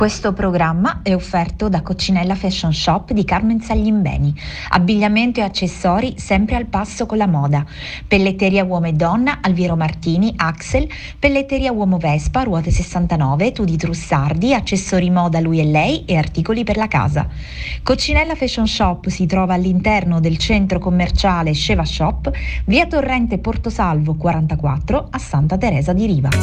Questo programma è offerto da Coccinella Fashion Shop di Carmen Saglimbeni. Abbigliamento e accessori sempre al passo con la moda. Pelletteria uomo e donna, Alviero Martini, Axel. Pelletteria uomo Vespa, Ruote 69, Tudi Trussardi, accessori moda lui e lei e articoli per la casa. Coccinella Fashion Shop si trova all'interno del centro commerciale Sceva Shop, via Torrente Portosalvo 44 a Santa Teresa di Riva.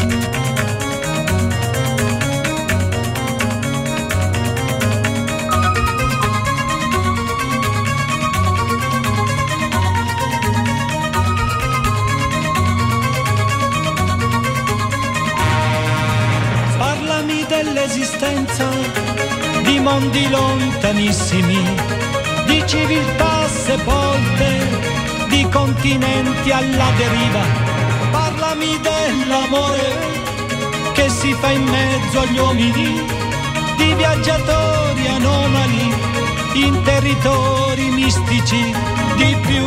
Dell'esistenza di mondi lontanissimi, di civiltà sepolte, di continenti alla deriva. Parlami dell'amore che si fa in mezzo agli uomini, di viaggiatori anomali in territori mistici. Di più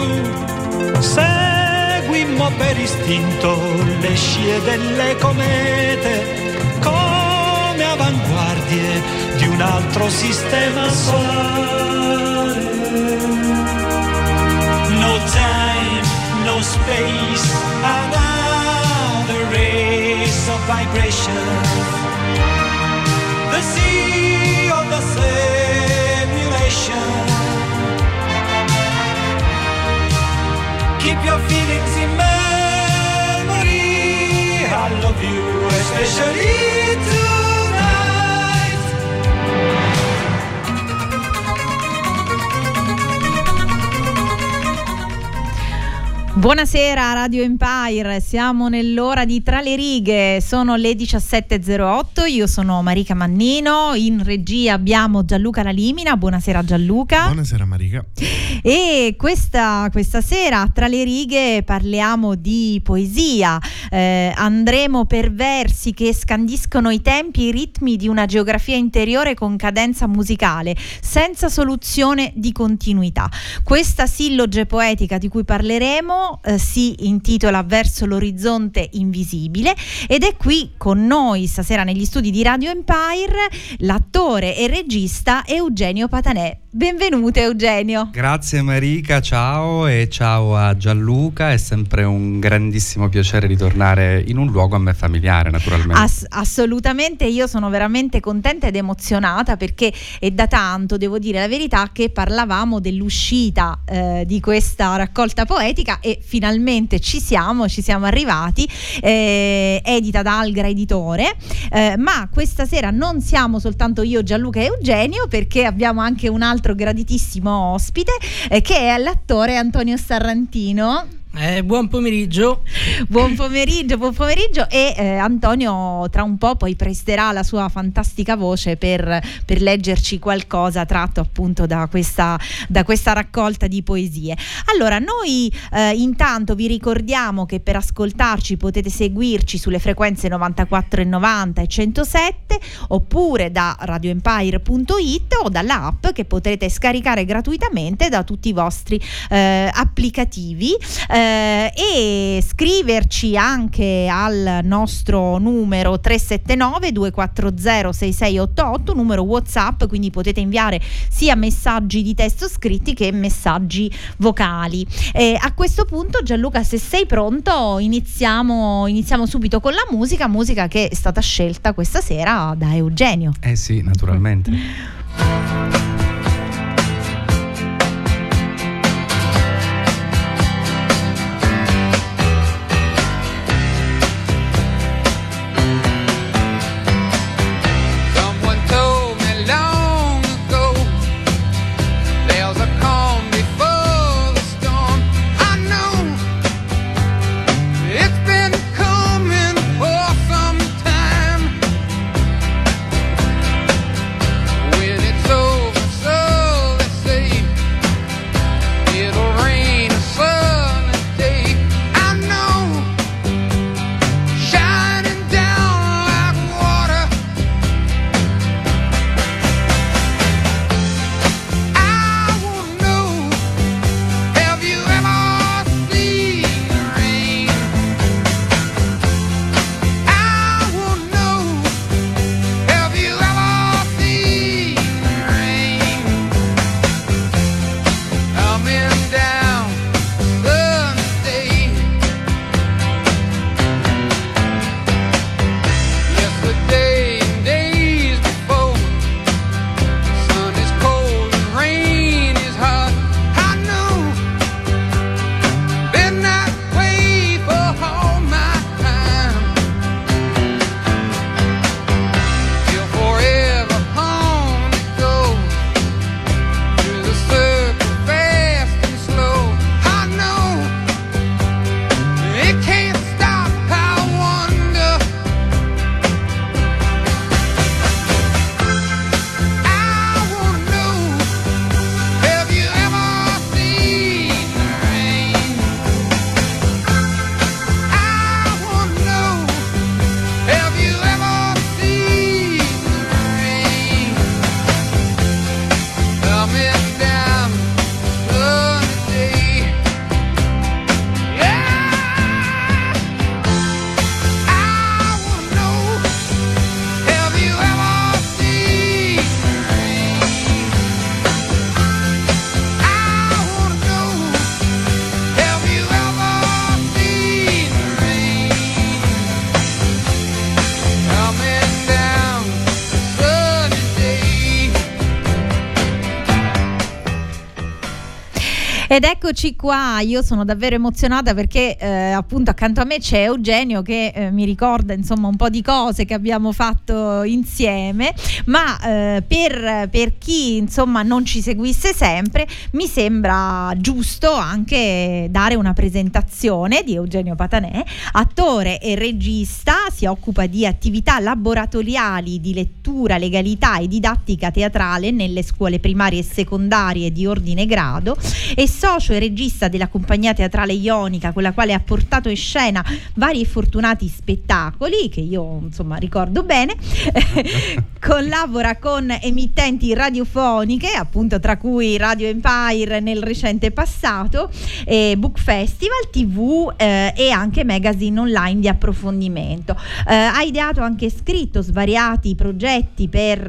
seguimmo per istinto le scie delle comete come avanguardie di un altro sistema solare. No time, no space, another race of vibration. The sea of the simulation. Keep your feelings in memory. I love you, especially tonight. Buonasera Radio Empire, siamo nell'ora di Tra le righe, sono le 17.08, io sono Marica Mannino, in regia abbiamo Gianluca Lalimina. Buonasera Gianluca. Buonasera Marica. E questa sera Tra le righe parliamo di poesia, andremo per versi che scandiscono i tempi e i ritmi di una geografia interiore con cadenza musicale, senza soluzione di continuità. Questa silloge poetica di cui parleremo si intitola Verso l'orizzonte invisibile ed è qui con noi stasera negli studi di Radio Empire l'attore e regista Eugenio Patanè. Benvenuto Eugenio. Grazie Marica, ciao e ciao a Gianluca, è sempre un grandissimo piacere ritornare in un luogo a me familiare naturalmente. Assolutamente, io sono veramente contenta ed emozionata perché è da tanto, devo dire la verità, che parlavamo dell'uscita di questa raccolta poetica e finalmente ci siamo arrivati, edita da Algra Editore, ma questa sera non siamo soltanto io, Gianluca e Eugenio, perché abbiamo anche un altro graditissimo ospite che è l'attore Antonio Sarrantino. Buon pomeriggio. Buon pomeriggio e Antonio tra un po' poi presterà la sua fantastica voce per leggerci qualcosa tratto appunto da questa raccolta di poesie. Allora noi intanto vi ricordiamo che per ascoltarci potete seguirci sulle frequenze 94,90 e 107 oppure da radioempire.it o dalla app che potrete scaricare gratuitamente da tutti i vostri applicativi. E scriverci anche al nostro numero 379 240 6688, numero WhatsApp, quindi potete inviare sia messaggi di testo scritti che messaggi vocali. A questo punto Gianluca, se sei pronto, iniziamo subito con la musica che è stata scelta questa sera da Eugenio. Sì, naturalmente. When it's over Ed eccoci qua, io sono davvero emozionata perché appunto accanto a me c'è Eugenio che mi ricorda insomma un po' di cose che abbiamo fatto insieme, ma per chi insomma non ci seguisse sempre mi sembra giusto anche dare una presentazione di Eugenio Patanè, attore e regista, si occupa di attività laboratoriali di lettura, legalità e didattica teatrale nelle scuole primarie e secondarie di ordine grado, e socio e regista della compagnia teatrale Ionica, con la quale ha portato in scena vari e fortunati spettacoli che io insomma ricordo bene. Collabora con emittenti radiofoniche, appunto tra cui Radio Empire nel recente passato, Book Festival TV e anche magazine online di approfondimento. Ha ideato anche scritto svariati progetti per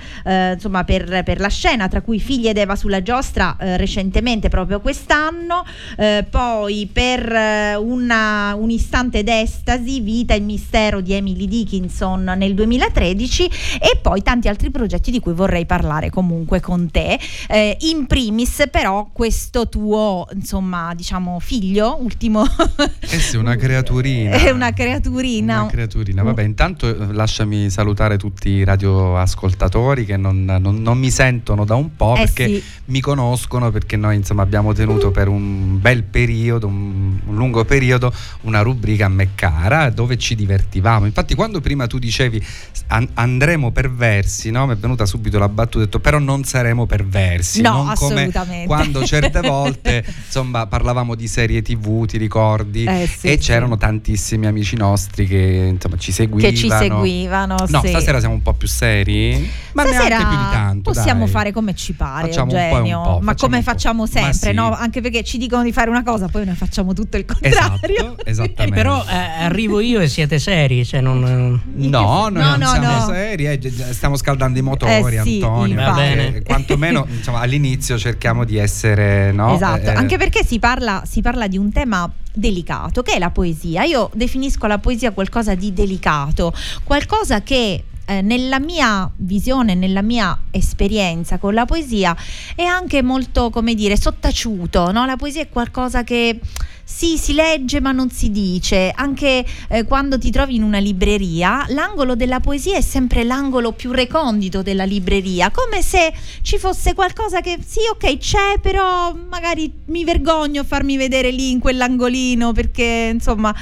la scena, tra cui Figli ed Eva sulla giostra recentemente, proprio quest'anno, poi per un istante d'estasi, Vita e il mistero di Emily Dickinson nel 2013, e poi tanti altri progetti di cui vorrei parlare comunque con te, in primis però questo tuo insomma diciamo figlio ultimo. Sì, una creaturina. È una creaturina. Vabbè, intanto lasciami salutare tutti i radioascoltatori che non mi sentono da un po', perché sì, mi conoscono, perché noi insomma abbiamo tenuto per un bel periodo, un lungo periodo, una rubrica a me cara dove ci divertivamo. Infatti quando prima tu dicevi andremo perversi, no? Mi è venuta subito la battuta, ho detto però non saremo perversi, no, non assolutamente, come quando certe volte insomma parlavamo di serie TV, ti ricordi? Sì, e c'erano tantissimi amici nostri che insomma ci seguivano. No, sì. Stasera siamo un po' più seri, ma stasera neanche più di tanto. Possiamo dai, fare come ci pare, facciamo Eugenio, un po', ma come facciamo sempre, sì, no? Anche perché ci dicono di fare una cosa, poi noi facciamo tutto il contrario. Esattamente. Però arrivo io e siete seri, cioè non... No, noi non siamo no. seri, stiamo scaldando i motori, sì, Antonio. Va bene. Quantomeno insomma, all'inizio cerchiamo di essere, no? Esatto, anche perché si parla di un tema delicato, che è la poesia. Io definisco la poesia qualcosa di delicato, qualcosa che nella mia visione, nella mia esperienza con la poesia è anche molto, come dire, sottaciuto, no? La poesia è qualcosa che sì, si legge ma non si dice. Anche quando ti trovi in una libreria, l'angolo della poesia è sempre l'angolo più recondito della libreria, come se ci fosse qualcosa che sì, ok, c'è, però magari mi vergogno a farmi vedere lì in quell'angolino, perché insomma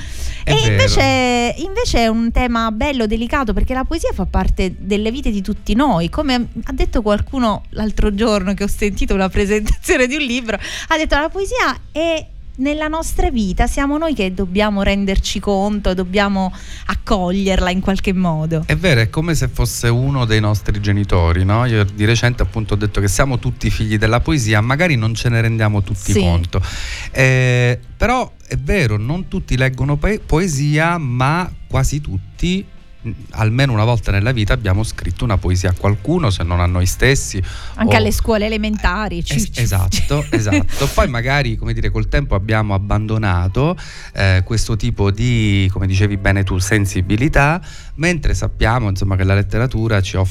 invece è un tema bello, delicato, perché la poesia fa parte delle vite di tutti noi. Come ha detto qualcuno l'altro giorno che ho sentito una presentazione di un libro, ha detto la poesia è nella nostra vita, siamo noi che dobbiamo renderci conto, dobbiamo accoglierla in qualche modo. È vero, è come se fosse uno dei nostri genitori, no? Io di recente appunto ho detto che siamo tutti figli della poesia, magari non ce ne rendiamo tutti conto, però è vero, non tutti leggono poesia, ma quasi tutti almeno una volta nella vita abbiamo scritto una poesia a qualcuno, se non a noi stessi, anche alle scuole elementari. Esatto. Poi magari, come dire, col tempo abbiamo abbandonato questo tipo di, come dicevi bene tu, sensibilità, mentre sappiamo insomma che la letteratura ci ha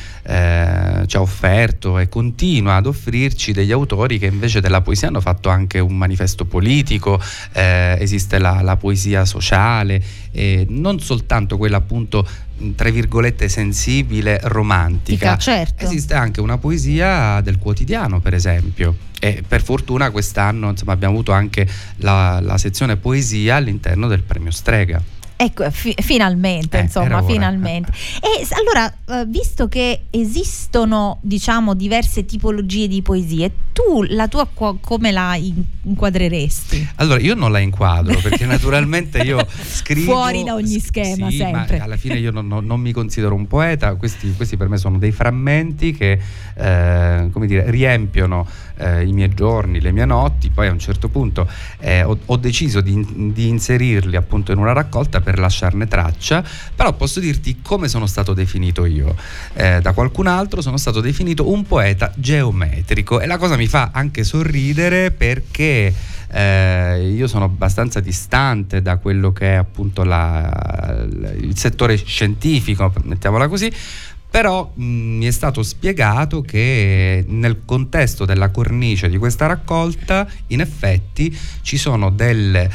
offerto e continua ad offrirci degli autori che invece della poesia hanno fatto anche un manifesto politico. Esiste la poesia sociale, non soltanto quella appunto tra virgolette sensibile, romantica. Certo. Esiste anche una poesia del quotidiano, per esempio, e per fortuna quest'anno insomma abbiamo avuto anche la sezione poesia all'interno del premio Strega. Ecco, finalmente, insomma, finalmente. E allora, visto che esistono, diciamo, diverse tipologie di poesie, tu la tua come la inquadreresti? Allora, io non la inquadro, perché naturalmente io scrivo fuori da ogni schema, sì, sempre. Ma alla fine io non mi considero un poeta. Questi per me sono dei frammenti che come dire, riempiono i miei giorni, le mie notti. Poi a un certo punto ho deciso di inserirli appunto in una raccolta per lasciarne traccia, però posso dirti come sono stato definito io. Da qualcun altro sono stato definito un poeta geometrico, e la cosa mi fa anche sorridere, perché io sono abbastanza distante da quello che è appunto il settore scientifico, mettiamola così, Però mi è stato spiegato che nel contesto della cornice di questa raccolta in effetti ci sono delle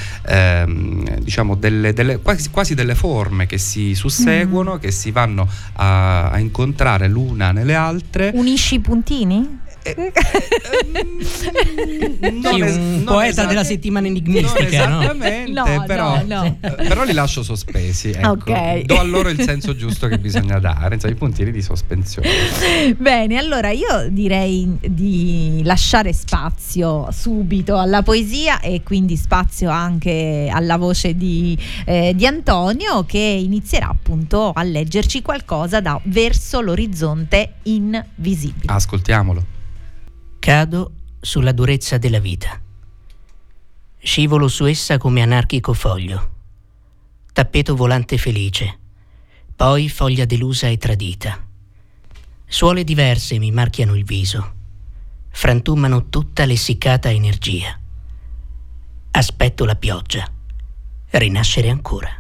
quasi delle forme che si susseguono, che si vanno a incontrare l'una nelle altre. Unisci i puntini? Un poeta della settimana enigmistica, non esattamente, no? però li lascio sospesi, ecco. Okay. Do a loro il senso giusto che bisogna dare, insomma, i puntini di sospensione. Bene, allora io direi di lasciare spazio subito alla poesia e quindi spazio anche alla voce di Antonio, che inizierà appunto a leggerci qualcosa da Verso l'orizzonte invisibile. Ascoltiamolo. Cado sulla durezza della vita. Scivolo su essa come anarchico foglio. Tappeto volante felice. Poi foglia delusa e tradita. Suole diverse mi marchiano il viso. Frantumano tutta l'essiccata energia. Aspetto la pioggia. Rinascere ancora.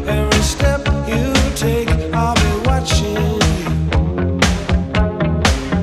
Step you take, I'll be watching you.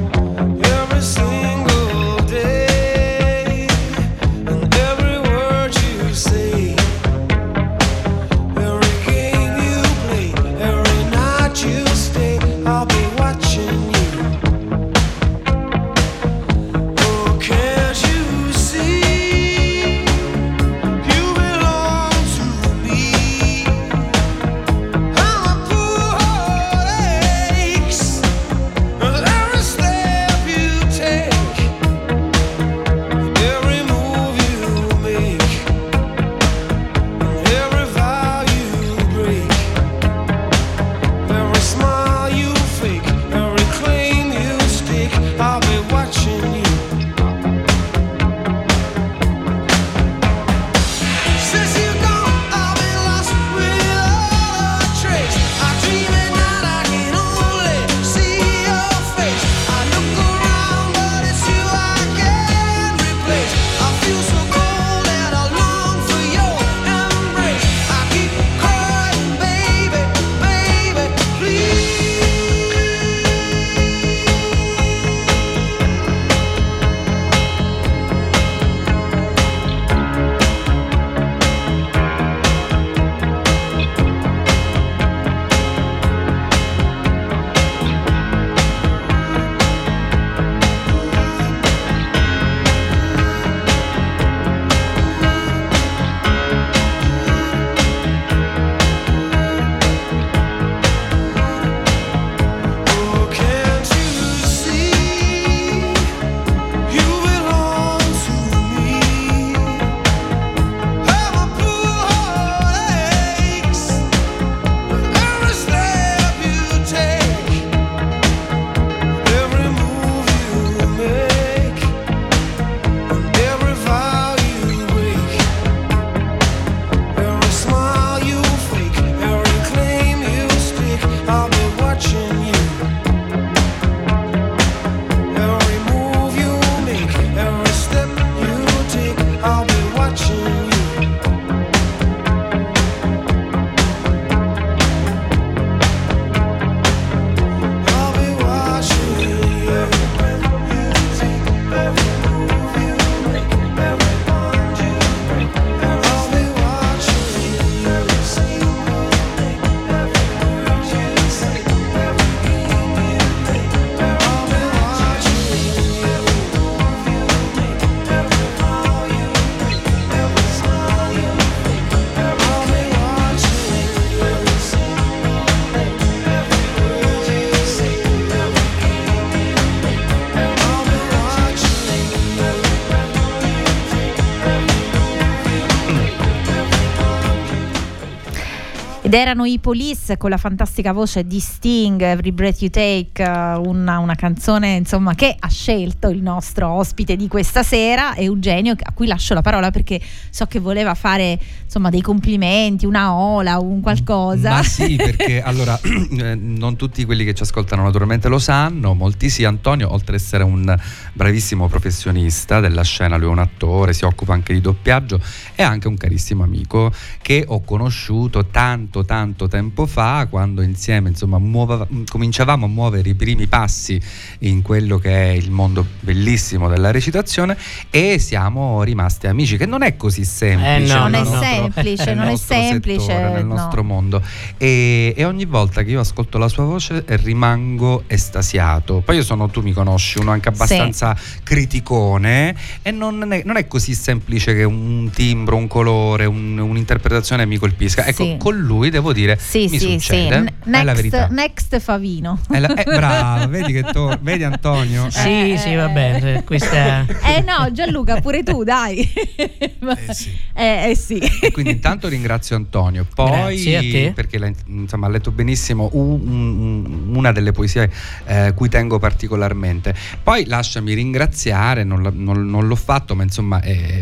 Ed erano i Police con la fantastica voce di Sting, Every Breath You Take, una canzone insomma che ha scelto il nostro ospite di questa sera, Eugenio, a cui lascio la parola perché so che voleva fare insomma dei complimenti, una ola, un qualcosa. Ma sì, perché allora non tutti quelli che ci ascoltano naturalmente lo sanno, molti sì. Antonio, oltre ad essere un bravissimo professionista della scena, lui è un attore, si occupa anche di doppiaggio, è anche un carissimo amico che ho conosciuto tanto tempo fa, quando insieme insomma cominciavamo a muovere i primi passi in quello che è il mondo bellissimo della recitazione, e siamo rimasti amici, che non è così semplice. Non è semplice nel nostro mondo, e ogni volta che io ascolto la sua voce rimango estasiato. Poi tu mi conosci, uno anche abbastanza criticone, e non è così semplice che un timbro, un colore, un'interpretazione mi colpisca. Ecco, con lui devo dire mi succede. È la verità. Next Favino. Brava, vedi Antonio? Sì, vabbè, questa no, Gianluca, pure tu, dai. Sì. E quindi intanto ringrazio Antonio, poi grazie a te, perché insomma ha letto benissimo una delle poesie cui tengo particolarmente. Poi lasciami ringraziare, non l'ho fatto, ma insomma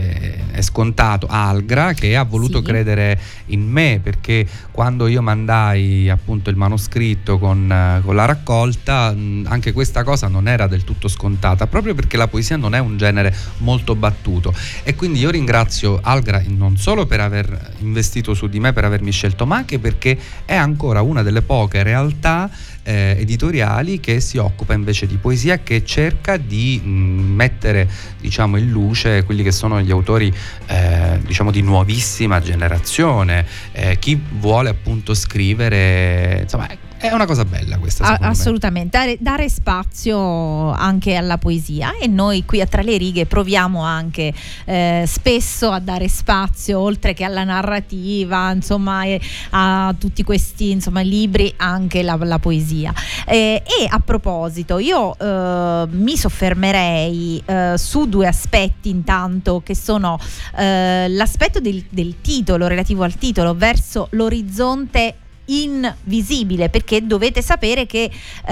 è scontato, Algra, che ha voluto credere in me, perché quando io mandai appunto il manoscritto con la raccolta, anche questa cosa non era del tutto scontata, proprio perché la poesia non è un genere molto battuto, e quindi io ringrazio Algra non solo per aver investito su di me, per avermi scelto, ma anche perché è ancora una delle poche realtà editoriali che si occupa invece di poesia, che cerca di mettere diciamo in luce quelli che sono gli autori diciamo di nuovissima generazione, chi vuole appunto scrivere, insomma è una cosa bella questa, assolutamente, dare spazio anche alla poesia, e noi qui a Tra le Righe proviamo anche spesso a dare spazio, oltre che alla narrativa, insomma, a tutti questi insomma libri, anche la poesia. E a proposito, io mi soffermerei su due aspetti, intanto, che sono l'aspetto del titolo, relativo al titolo, verso l'orizzonte invisibile, perché dovete sapere che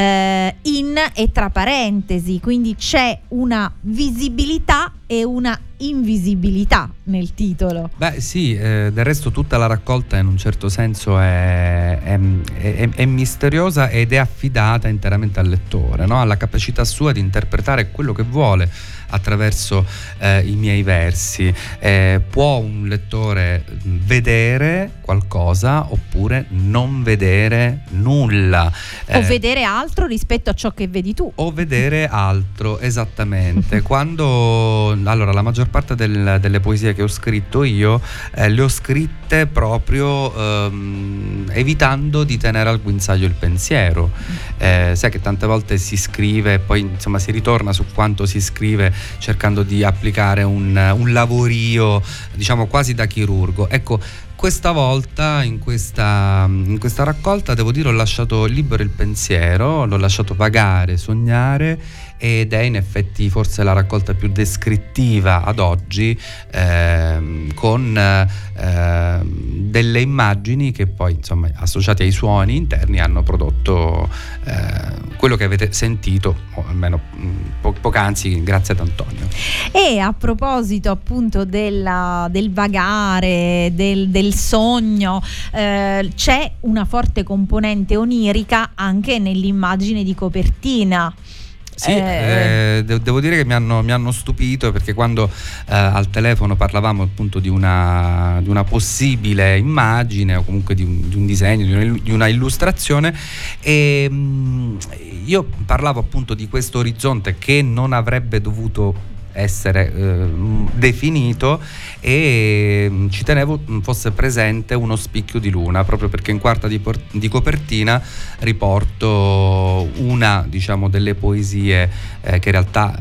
in è tra parentesi, quindi c'è una visibilità e una invisibilità nel titolo. Beh sì, del resto tutta la raccolta in un certo senso è misteriosa ed è affidata interamente al lettore, no? Alla capacità sua di interpretare quello che vuole attraverso i miei versi. Può un lettore vedere qualcosa oppure non vedere nulla, o vedere altro rispetto a ciò che vedi tu, o vedere altro, esattamente. Quando allora la maggior parte delle poesie che ho scritto io le ho scritte proprio evitando di tenere al guinzaglio il pensiero. Sai che tante volte si scrive e poi insomma si ritorna su quanto si scrive, cercando di applicare un lavorio diciamo quasi da chirurgo. Ecco, questa volta in questa raccolta, devo dire, ho lasciato libero il pensiero, l'ho lasciato vagare, sognare, ed è in effetti forse la raccolta più descrittiva ad oggi, con delle immagini che poi insomma associate ai suoni interni hanno prodotto quello che avete sentito, o almeno poc'anzi, grazie ad Antonio. E a proposito appunto del vagare, del sogno, c'è una forte componente onirica anche nell'immagine di copertina. Sì, devo dire che mi hanno stupito, perché quando al telefono parlavamo appunto di una possibile immagine, o comunque di un disegno, di una illustrazione, e io parlavo appunto di questo orizzonte che non avrebbe dovuto essere definito, e ci tenevo fosse presente uno spicchio di luna, proprio perché in quarta di copertina riporto una diciamo delle poesie che in realtà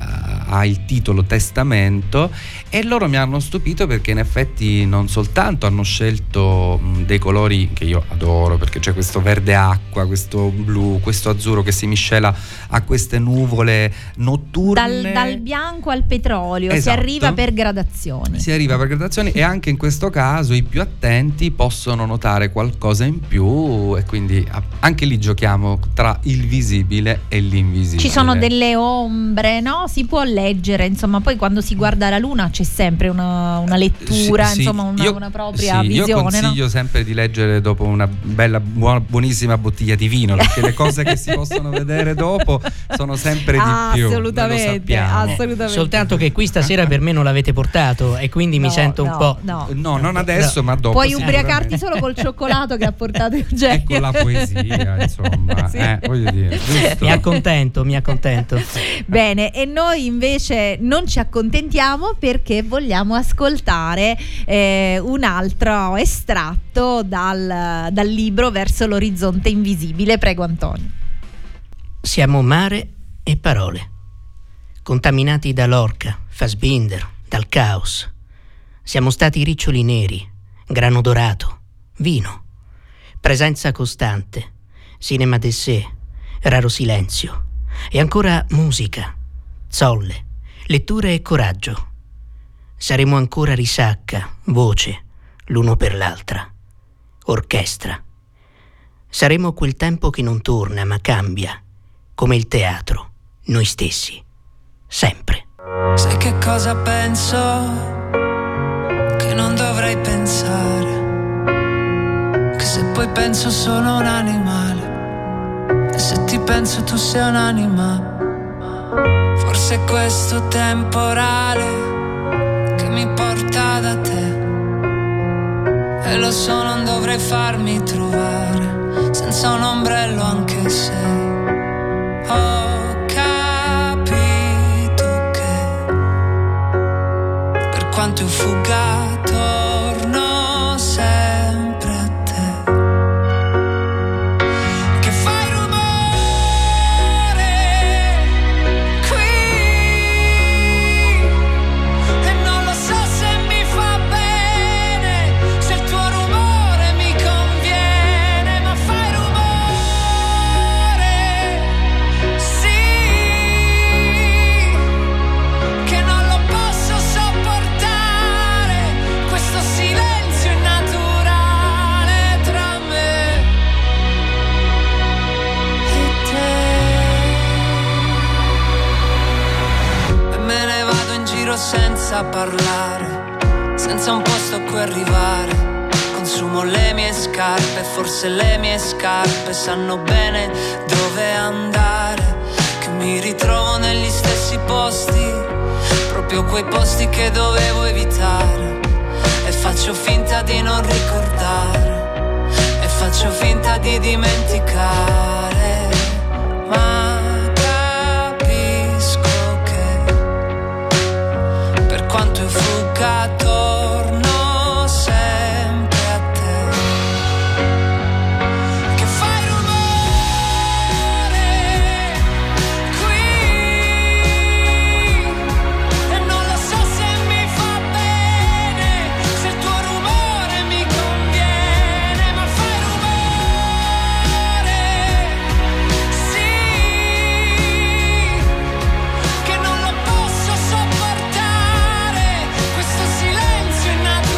ha il titolo Testamento, e loro mi hanno stupito perché in effetti non soltanto hanno scelto dei colori che io adoro, perché c'è questo verde acqua, questo blu, questo azzurro che si miscela a queste nuvole notturne, dal bianco al petrolio. Esatto. Si arriva per gradazioni, e anche in questo caso i più attenti possono notare qualcosa in più, e quindi anche lì giochiamo tra il visibile e l'invisibile. ci sono delle ombre, no? Si può leggere, insomma, poi quando si guarda la luna c'è sempre una lettura, sì, insomma, una propria visione. Io consiglio, no? sempre di leggere dopo una bella, buonissima bottiglia di vino, perché le cose che si possono vedere dopo sono sempre di più. Assolutamente. Soltanto che qui stasera per me non l'avete portato, e quindi mi sento un po'. No, non adesso, ma dopo. Puoi ubriacarti solo col cioccolato che ha portato Eugenio. Ecco la poesia, insomma. Sì. Voglio dire, giusto? Mi accontento. Bene, e noi invece non ci accontentiamo, perché vogliamo ascoltare un altro estratto dal libro Verso l'orizzonte invisibile. Prego, Antonio. Siamo mare e parole, contaminati da Lorca, Fassbinder, dal caos. Siamo stati riccioli neri, grano dorato, vino, presenza costante, cinema de sé, raro silenzio, e ancora musica, zolle, letture e coraggio. Saremo ancora risacca, voce, l'uno per l'altra, orchestra. Saremo quel tempo che non torna ma cambia, come il teatro, noi stessi, sempre. Sai che cosa penso? Che non dovrei pensare, che se poi penso sono un animale, e se ti penso tu sei un'anima. Forse questo temporale che mi porta da te, e lo so non dovrei farmi trovare senza un ombrello, anche se ho capito che per quanto io fugga torno sempre a te, che fai rumore qui e non lo so se mi fa bene, se il tuo rumore mi conviene, ma fai rumore, sì, che non lo posso sopportare, questo silenzio innaturale tra me e te. E me ne vado in giro senza parlare, senza un posto a cui arrivare. Consumo le mie scarpe, forse le mie scarpe sanno bene dove andare, che mi ritrovo negli stessi posti, proprio quei posti che dovevo evitare, e faccio finta di non ricordare, e faccio finta di dimenticare, ma capisco che per quanto io fugga torno sempre a te, che fai rumore qui e non lo so se mi fa bene, se il tuo rumore mi conviene, ma fai rumore, sì, che non lo posso sopportare, questo silenzio innaturale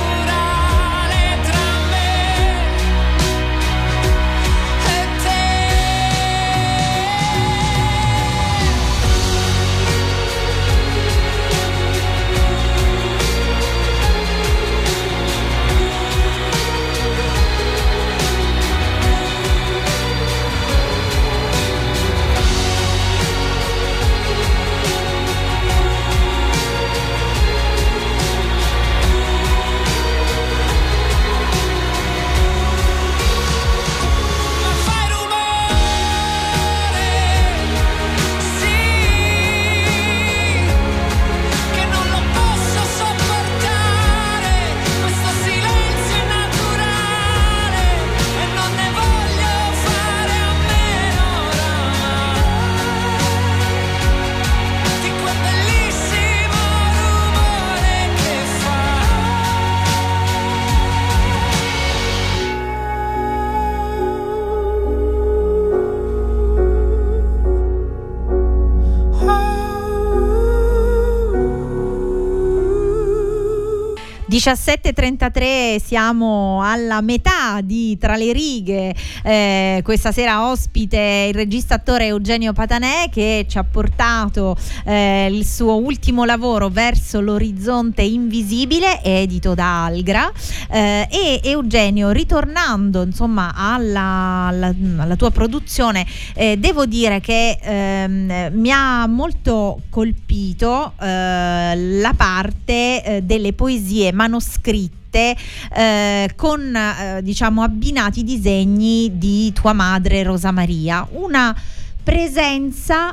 17:33, siamo alla metà di Tra le righe. Questa sera ospite il regista attore Eugenio Patanè, che ci ha portato il suo ultimo lavoro, Verso l'orizzonte invisibile, edito da Algra. E Eugenio, ritornando insomma alla tua produzione, devo dire che mi ha molto colpito la parte delle poesie manoscritte con diciamo abbinati disegni di tua madre Rosa Maria, una presenza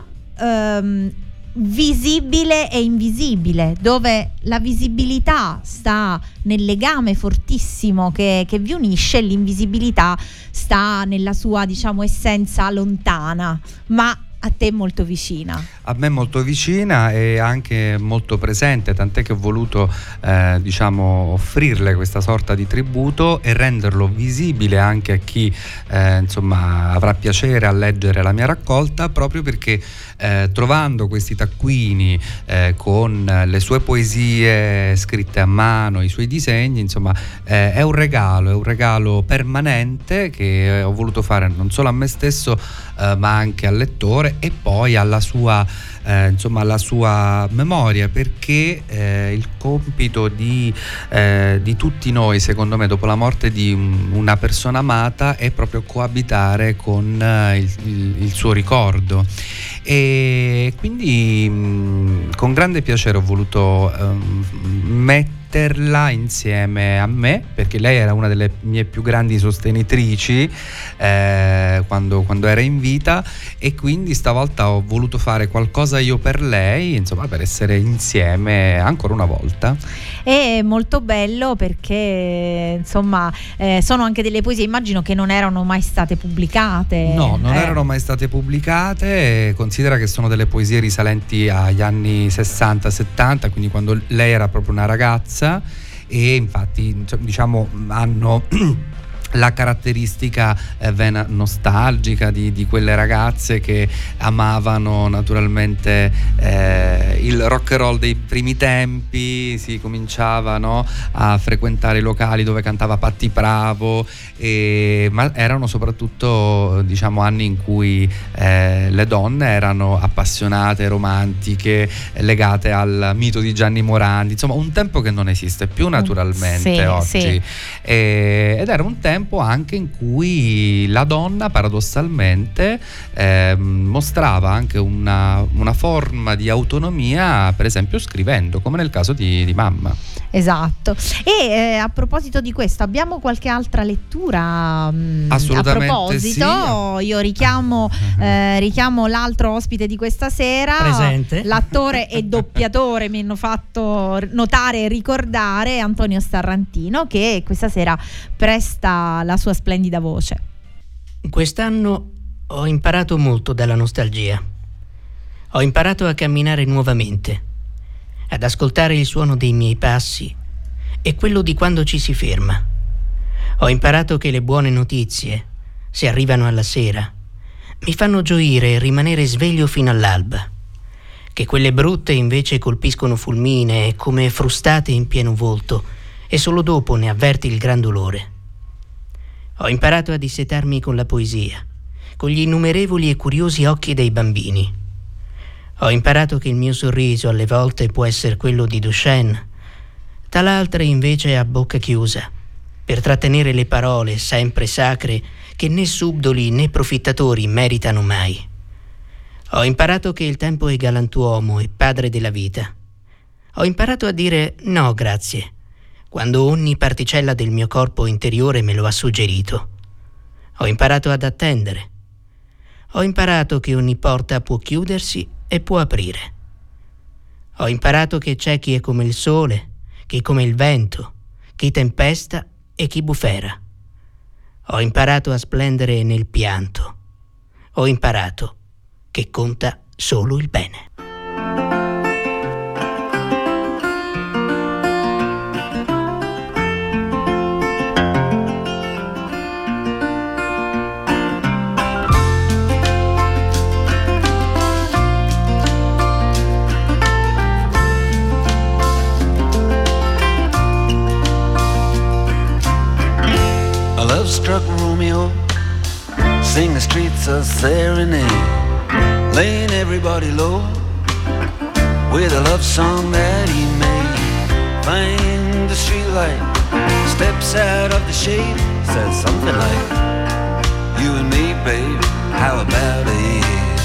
visibile e invisibile, dove la visibilità sta nel legame fortissimo che vi unisce, l'invisibilità sta nella sua, diciamo, essenza lontana, ma a te molto vicina. A me molto vicina e anche molto presente, tant'è che ho voluto diciamo offrirle questa sorta di tributo e renderlo visibile anche a chi insomma avrà piacere a leggere la mia raccolta, proprio perché trovando questi taccuini con le sue poesie scritte a mano, i suoi disegni, insomma è un regalo permanente che ho voluto fare non solo a me stesso ma anche al lettore e poi alla sua memoria, perché il compito di tutti noi, secondo me, dopo la morte di una persona amata è proprio coabitare con il suo ricordo. E quindi con grande piacere ho voluto metterla insieme a me, perché lei era una delle mie più grandi sostenitrici quando era in vita, e quindi stavolta ho voluto fare qualcosa io per lei, insomma, per essere insieme ancora una volta. È molto bello perché insomma sono anche delle poesie, immagino, che non erano mai state pubblicate. No, non erano mai state pubblicate. Considera che sono delle poesie risalenti agli anni 60-70, quindi quando lei era proprio una ragazza, e infatti diciamo hanno la caratteristica vena nostalgica di quelle ragazze che amavano naturalmente il rock and roll dei primi tempi. Si cominciava, no, a frequentare i locali dove cantava Patti Bravo, ma erano soprattutto, diciamo, anni in cui le donne erano appassionate, romantiche, legate al mito di Gianni Morandi, insomma un tempo che non esiste più naturalmente oggi. Sì. Ed era un tempo anche in cui la donna paradossalmente mostrava anche una forma di autonomia, per esempio scrivendo, come nel caso di mamma. Esatto. E a proposito di questo, abbiamo qualche altra lettura? Assolutamente. A proposito, sì. Io richiamo l'altro ospite di questa sera, presente, l'attore e doppiatore, mi hanno fatto notare e ricordare, Antonio Starrantino, che questa sera presta la sua splendida voce. Quest'anno ho imparato molto dalla nostalgia. Ho imparato a camminare nuovamente, ad ascoltare il suono dei miei passi e quello di quando ci si ferma. Ho imparato che le buone notizie, se arrivano alla sera, mi fanno gioire e rimanere sveglio fino all'alba, che quelle brutte invece colpiscono fulminee come frustate in pieno volto e solo dopo ne avverti il gran dolore. Ho imparato a dissetarmi con la poesia, con gli innumerevoli e curiosi occhi dei bambini. Ho imparato che il mio sorriso alle volte può essere quello di Duchenne, tal'altre invece a bocca chiusa, per trattenere le parole sempre sacre che né subdoli né profittatori meritano mai. Ho imparato che il tempo è galantuomo e padre della vita. Ho imparato a dire no grazie, quando ogni particella del mio corpo interiore me lo ha suggerito. Ho imparato ad attendere. Ho imparato che ogni porta può chiudersi e può aprire. Ho imparato che c'è chi è come il sole, chi è come il vento, chi tempesta e chi bufera. Ho imparato a splendere nel pianto. Ho imparato che conta solo il bene. Romeo, sing the streets a serenade, laying everybody low with a love song that he made. Find the streetlight, steps out of the shade, says something like, you and me, babe, how about it?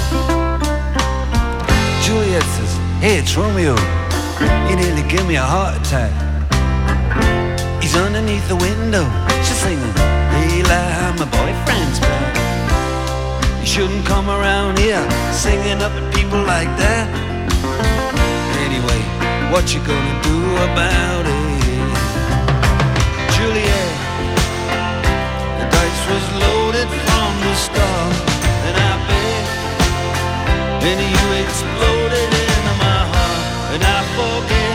Juliet says, hey, it's Romeo, you nearly give me a heart attack. He's underneath the window, she's singing, hey, like my boyfriend's back. You shouldn't come around here singing up at people like that. Anyway, what you gonna do about it? Juliet, the dice was loaded from the start, and I bet, and you exploded into my heart, and I forget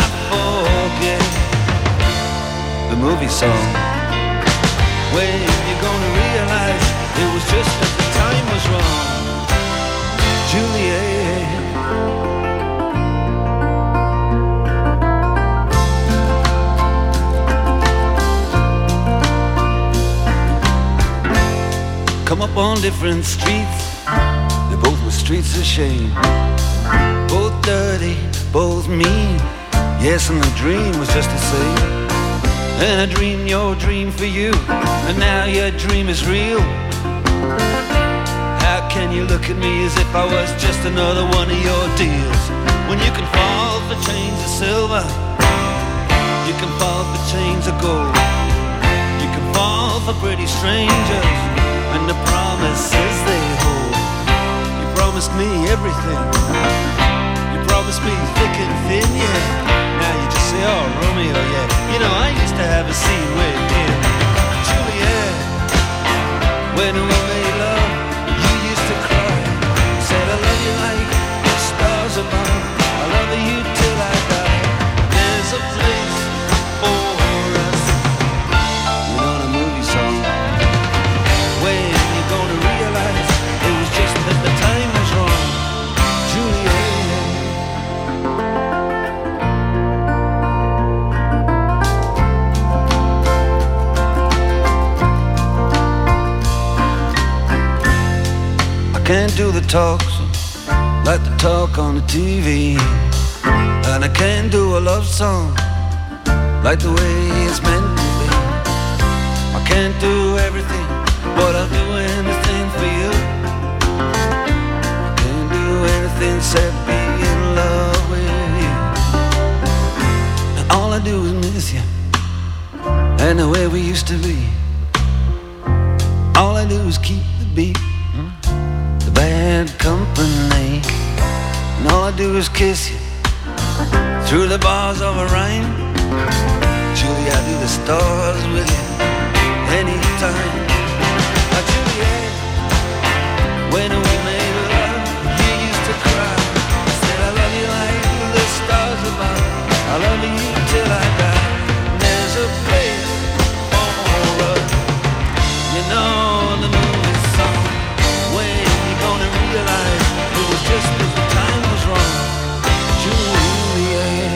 the movie song. When you're gonna realize it was just that the time was wrong, Juliet. Come up on different streets, they both were streets of shame, both dirty, both mean. Yes, and the dream was just the same. And I dreamed your dream for you, and now your dream is real. How can you look at me as if I was just another one of your deals? When you can fall for chains of silver, you can fall for chains of gold, you can fall for pretty strangers and the promises they hold. You promised me everything, you promised me thick and thin, yeah. Now you just say, oh, Romeo, yeah. You know, I used to have a scene with him, Juliet. When we made love, you used to cry. You said, I love you like the stars above, I love you till I die. There's a place for us. You know the movie song. When you're gonna realize it was just that the time was wrong, Juliet. Can't do the talks like the talk on the TV, and I can't do a love song like the way it's meant to be. I can't do everything, but I'll do anything for you. I can't do anything except be in love with you. And all I do is miss you and the way we used to be. All I do is keep the beat, bad company, and all I do is kiss you through the bars of a rhyme. Julie, I do the stars with you anytime. Juliet, when we made love, you used to cry. I said I love you like the stars above, I love you till I die. There's a place for us, you know the movie song. When gonna realize it was just that the time was wrong, Juliet.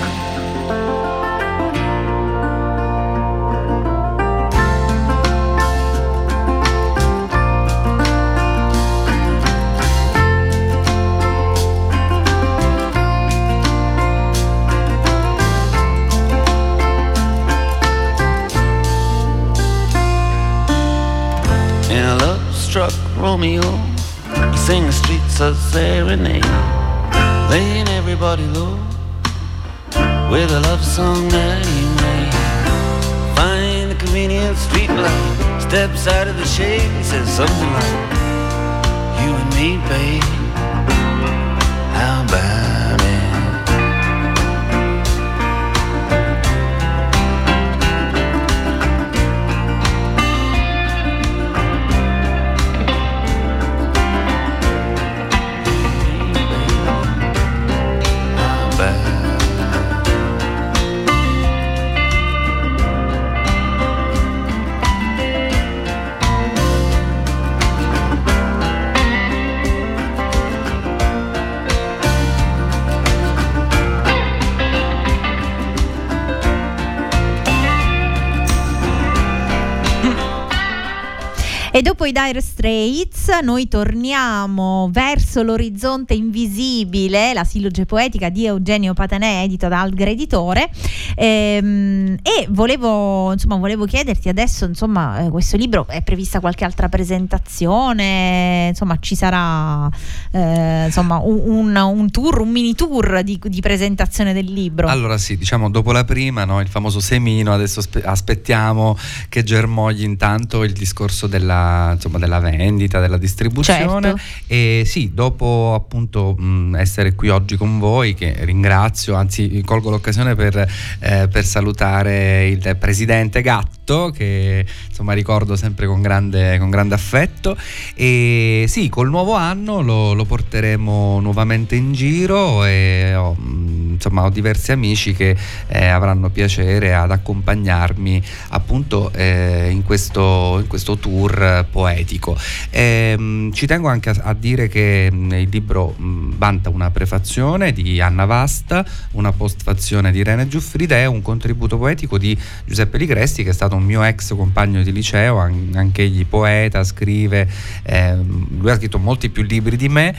And a love-struck Romeo, sing the streets a serenade, laying everybody low with a love song that he made. Find a convenient street light, steps out of the shade, he says something like, you and me, babe, how about it? E dopo i Dire Straits noi torniamo verso l'orizzonte invisibile, la siloge poetica di Eugenio Patanè, edito da Algra Editore, e volevo chiederti adesso, questo libro, è prevista qualche altra presentazione? Ci sarà un tour, un mini tour di presentazione del libro? Allora sì, dopo la prima, no, il famoso semino, adesso aspettiamo che germogli intanto il discorso della vendita, della distribuzione. Certo. E sì, dopo appunto essere qui oggi con voi, che ringrazio, anzi colgo l'occasione per salutare il presidente Gatto, che ricordo sempre con grande affetto, e sì, col nuovo anno lo porteremo nuovamente in giro, e ho diversi amici che avranno piacere ad accompagnarmi appunto in questo tour poetico. Ci tengo anche a dire che il libro vanta una prefazione di Anna Vasta, una postfazione di Irene Giuffrida e un contributo poetico di Giuseppe Ligresti, che è stato un mio ex compagno di liceo, anche egli poeta, scrive, lui ha scritto molti più libri di me,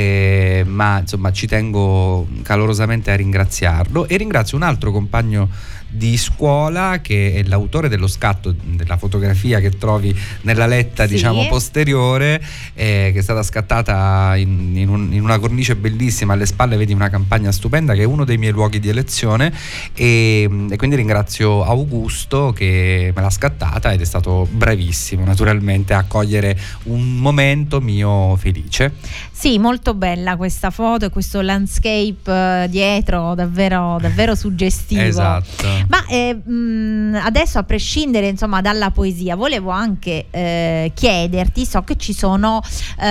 ma ci tengo calorosamente a ringraziarlo, e ringrazio un altro compagno di scuola che è l'autore dello scatto della fotografia che trovi nella letta, sì, posteriore, che è stata scattata in una cornice bellissima. Alle spalle vedi una campagna stupenda, che è uno dei miei luoghi di elezione, e quindi ringrazio Augusto che me l'ha scattata, ed è stato bravissimo naturalmente a cogliere un momento mio felice. Sì, molto bella questa foto e questo landscape dietro, davvero suggestivo. Esatto. Ma adesso, a prescindere dalla poesia, volevo anche chiederti, so che ci sono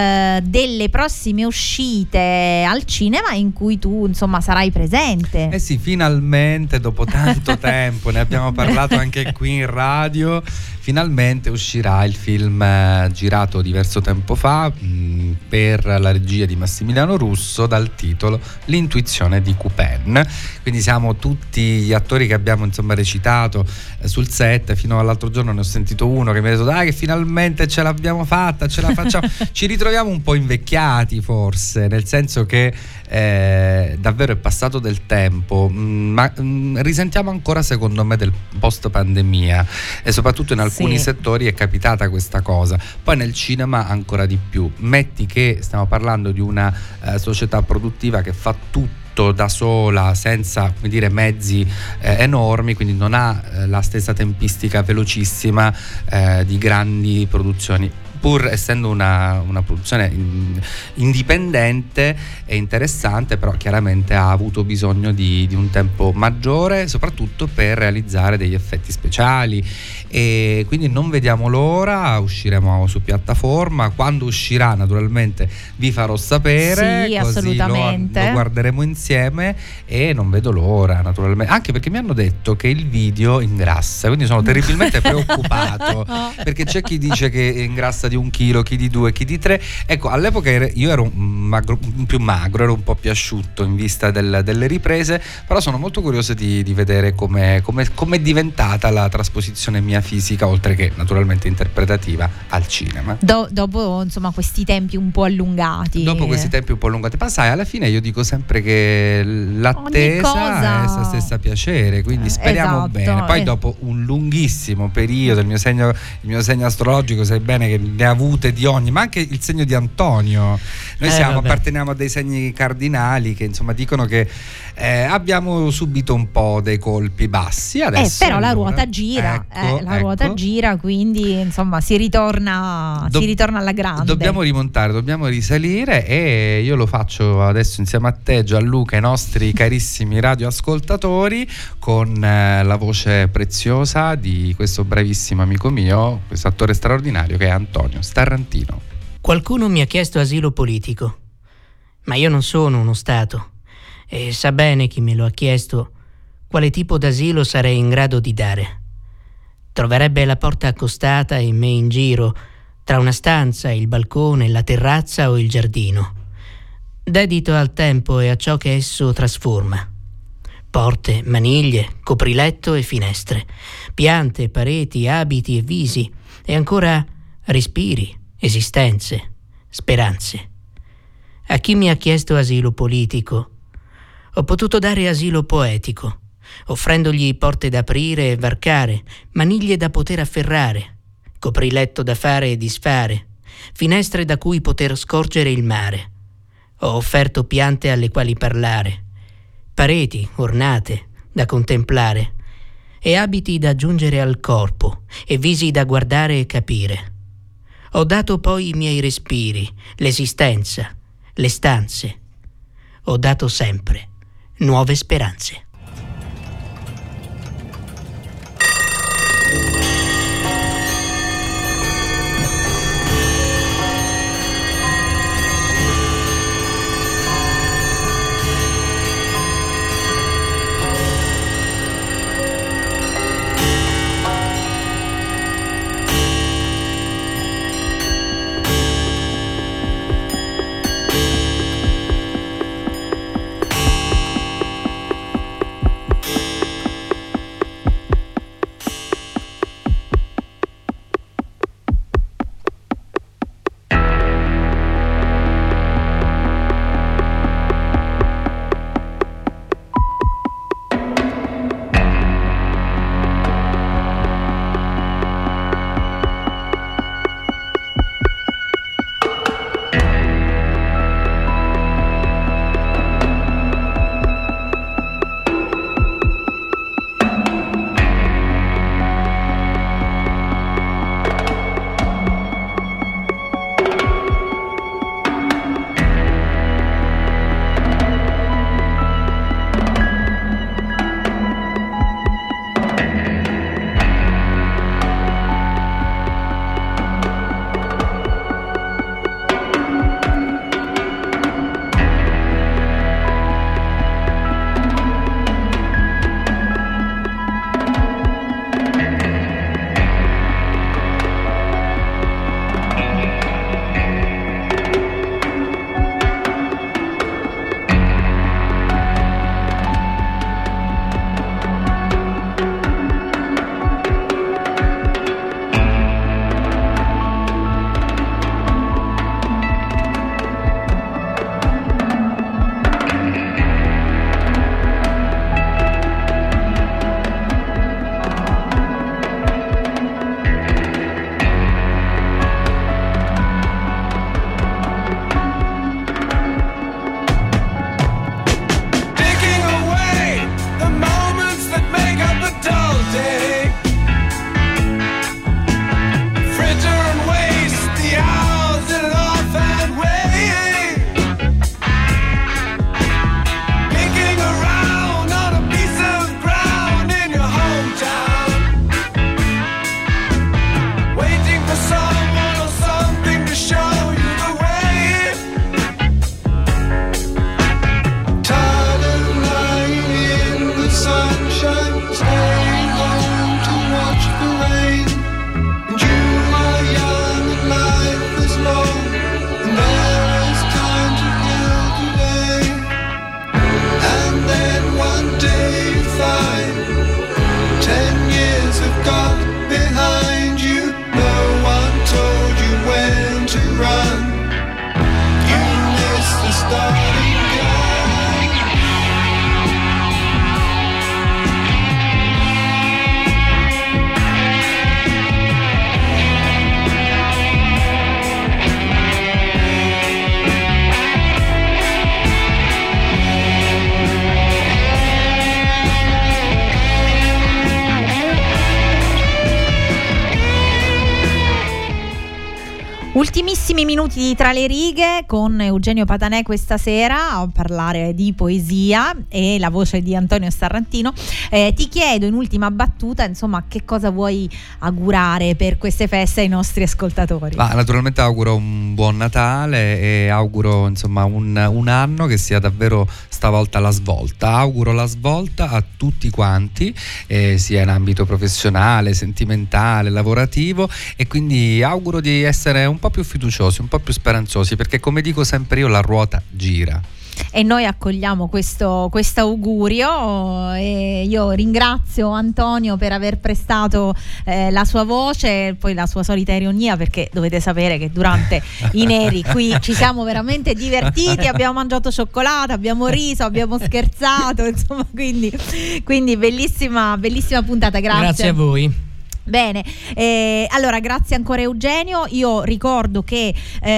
delle prossime uscite al cinema in cui tu sarai presente. Eh sì, finalmente, dopo tanto tempo, ne abbiamo parlato anche qui in radio, finalmente uscirà il film girato diverso tempo fa per la regia di Massimiliano Russo, dal titolo L'intuizione di Coupen. Quindi siamo tutti gli attori che abbiamo recitato sul set. Fino all'altro giorno ne ho sentito uno che mi ha detto: dai, che finalmente ce l'abbiamo fatta, ce la facciamo. Ci ritroviamo un po' invecchiati, forse, nel senso che davvero è passato del tempo, ma risentiamo ancora, secondo me, del post pandemia, e soprattutto in alcuni settori è capitata questa cosa. Poi nel cinema ancora di più. Metti che stiamo parlando di una società produttiva che fa tutto da sola, senza mezzi enormi, quindi non ha la stessa tempistica velocissima di grandi produzioni. Pur essendo una produzione indipendente e interessante, però chiaramente ha avuto bisogno di un tempo maggiore, soprattutto per realizzare degli effetti speciali, e quindi non vediamo l'ora. Usciremo su piattaforma, quando uscirà naturalmente vi farò sapere, sì, così assolutamente lo guarderemo insieme, e non vedo l'ora naturalmente, anche perché mi hanno detto che il video ingrassa, quindi sono terribilmente preoccupato perché c'è chi dice che ingrassa di 1 chilo, chi di 2, chi di 3. Ecco, all'epoca io ero più magro, ero un po' più asciutto in vista delle riprese, però sono molto curioso di vedere come è diventata la trasposizione mia fisica, oltre che naturalmente interpretativa, al cinema. Dopo questi tempi un po' allungati. Ma sai, alla fine io dico sempre che l'attesa è stessa piacere, quindi speriamo bene. Poi dopo un lunghissimo periodo, il mio segno astrologico, sai bene che ne ha avute di ogni, ma anche il segno di Antonio. Noi apparteniamo a dei segni cardinali che dicono che abbiamo subito un po' dei colpi bassi adesso, però la ruota gira, ruota gira, quindi si ritorna alla grande. Dobbiamo rimontare, dobbiamo risalire, e io lo faccio adesso insieme a te, Gianluca, e i nostri carissimi radioascoltatori, con la voce preziosa di questo bravissimo amico mio, questo attore straordinario che è Antonio Starrantino. Qualcuno mi ha chiesto asilo politico, ma io non sono uno Stato, e sa bene chi me lo ha chiesto quale tipo d'asilo sarei in grado di dare. Troverebbe la porta accostata e me in giro, tra una stanza, il balcone, la terrazza o il giardino, dedito al tempo e a ciò che esso trasforma. Porte, maniglie, copriletto e finestre, piante, pareti, abiti e visi, e ancora respiri, esistenze, speranze. A chi mi ha chiesto asilo politico, ho potuto dare asilo poetico, offrendogli porte da aprire e varcare, maniglie da poter afferrare, copriletto da fare e disfare, finestre da cui poter scorgere il mare. Ho offerto piante alle quali parlare, pareti ornate da contemplare, e abiti da aggiungere al corpo, e visi da guardare e capire. Ho dato poi i miei respiri, l'esistenza, le stanze. Ho dato sempre nuove speranze. Ultimissimi minuti di Tra le righe con Eugenio Patanè questa sera a parlare di poesia e la voce di Antonio Starrantino. Ti chiedo in ultima battuta, insomma, che cosa vuoi augurare per queste feste ai nostri ascoltatori? Naturalmente auguro un buon Natale e auguro, insomma, un anno che sia davvero stavolta la svolta. Auguro la svolta a tutti quanti, sia in ambito professionale, sentimentale, lavorativo, e quindi auguro di essere un po' più fiduciosi, un po' più speranzosi, perché come dico sempre io, la ruota gira. E noi accogliamo questo augurio, e io ringrazio Antonio per aver prestato la sua voce, poi la sua solita ironia, perché dovete sapere che durante i Neri qui ci siamo veramente divertiti, abbiamo mangiato cioccolata, abbiamo riso, abbiamo scherzato, insomma, quindi bellissima puntata. Grazie a voi. Bene, allora grazie ancora Eugenio. Io ricordo che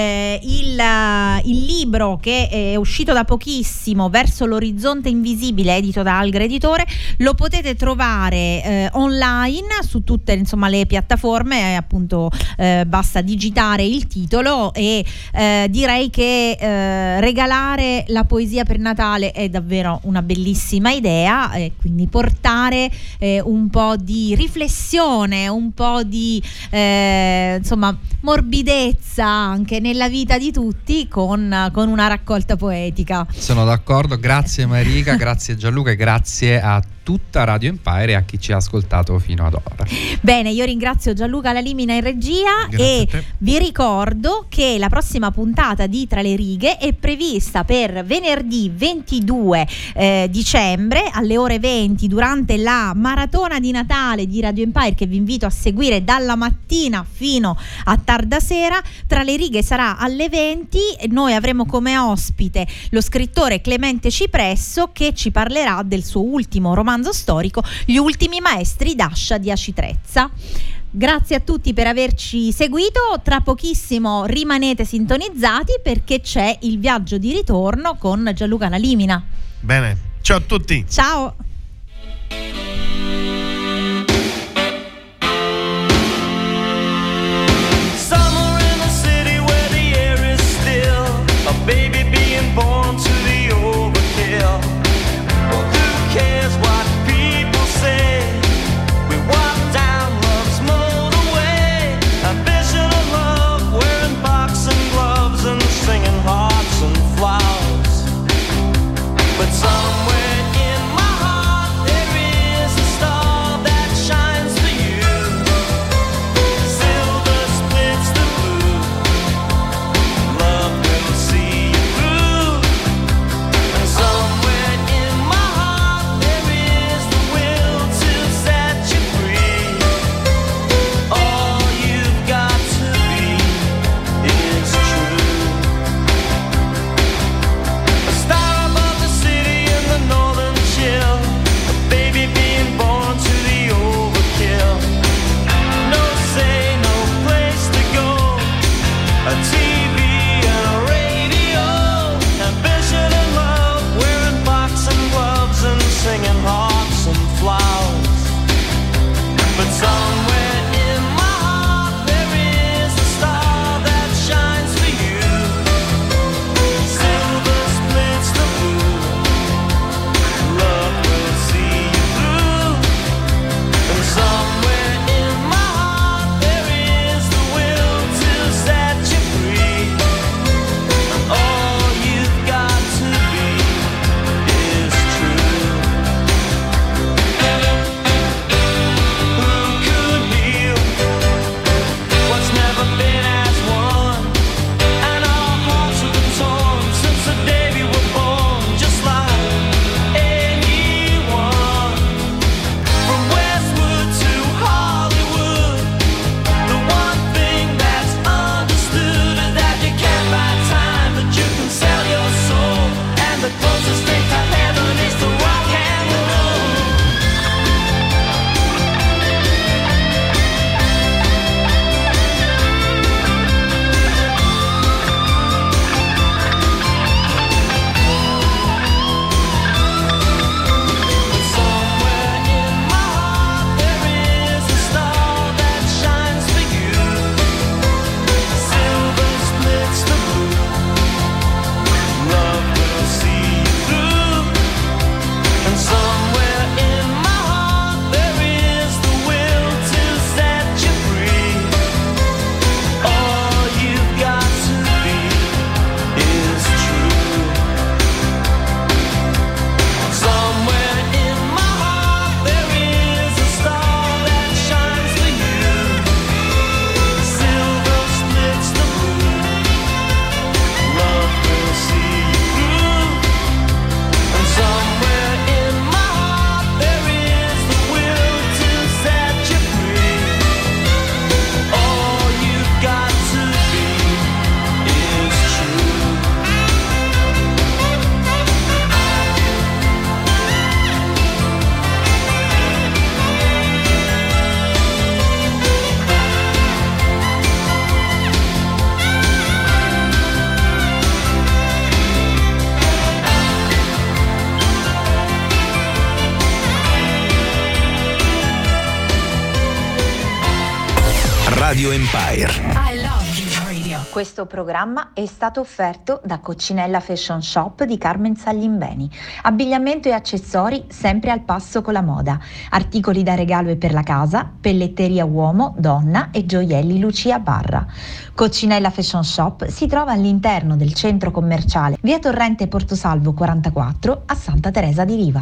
il libro che è uscito da pochissimo, Verso l'orizzonte invisibile, edito da Algra Editore, lo potete trovare online su tutte, insomma, le piattaforme, appunto basta digitare il titolo, e direi che regalare la poesia per Natale è davvero una bellissima idea, e quindi portare un po' di riflessione, un po' di insomma morbidezza anche nella vita di tutti con una raccolta poetica. Sono d'accordo, grazie Marica, grazie Gianluca e grazie a tutta Radio Empire e a chi ci ha ascoltato fino ad ora. Bene, io ringrazio Gianluca Lalimina in regia. Grazie e vi ricordo che la prossima puntata di Tra le righe è prevista per venerdì 22 dicembre alle ore 20 durante la maratona di Natale di Radio Empire, che vi invito a seguire dalla mattina fino a tarda sera. Tra le righe sarà alle 20 e noi avremo come ospite lo scrittore Clemente Cipresso, che ci parlerà del suo ultimo romanzo storico, Gli ultimi maestri d'ascia di Aci Trezza. Grazie a tutti per averci seguito. Tra pochissimo rimanete sintonizzati, perché c'è il viaggio di ritorno con Gianluca Lalimina. Bene, ciao a tutti. Ciao. Baby being born to the overkill. Well, who cares what people say? We walk down love's motorway, ambition of love, wearing boxing gloves and singing hearts and flowers. But somewhere in my heart Radio Empire. I love Hit Radio. Questo programma è stato offerto da Coccinella Fashion Shop di Carmen Saglimbeni. Abbigliamento e accessori sempre al passo con la moda. Articoli da regalo e per la casa, pelletteria uomo, donna e gioielli Lucia Barra. Coccinella Fashion Shop si trova all'interno del centro commerciale Via Torrente Portosalvo 44 a Santa Teresa di Riva.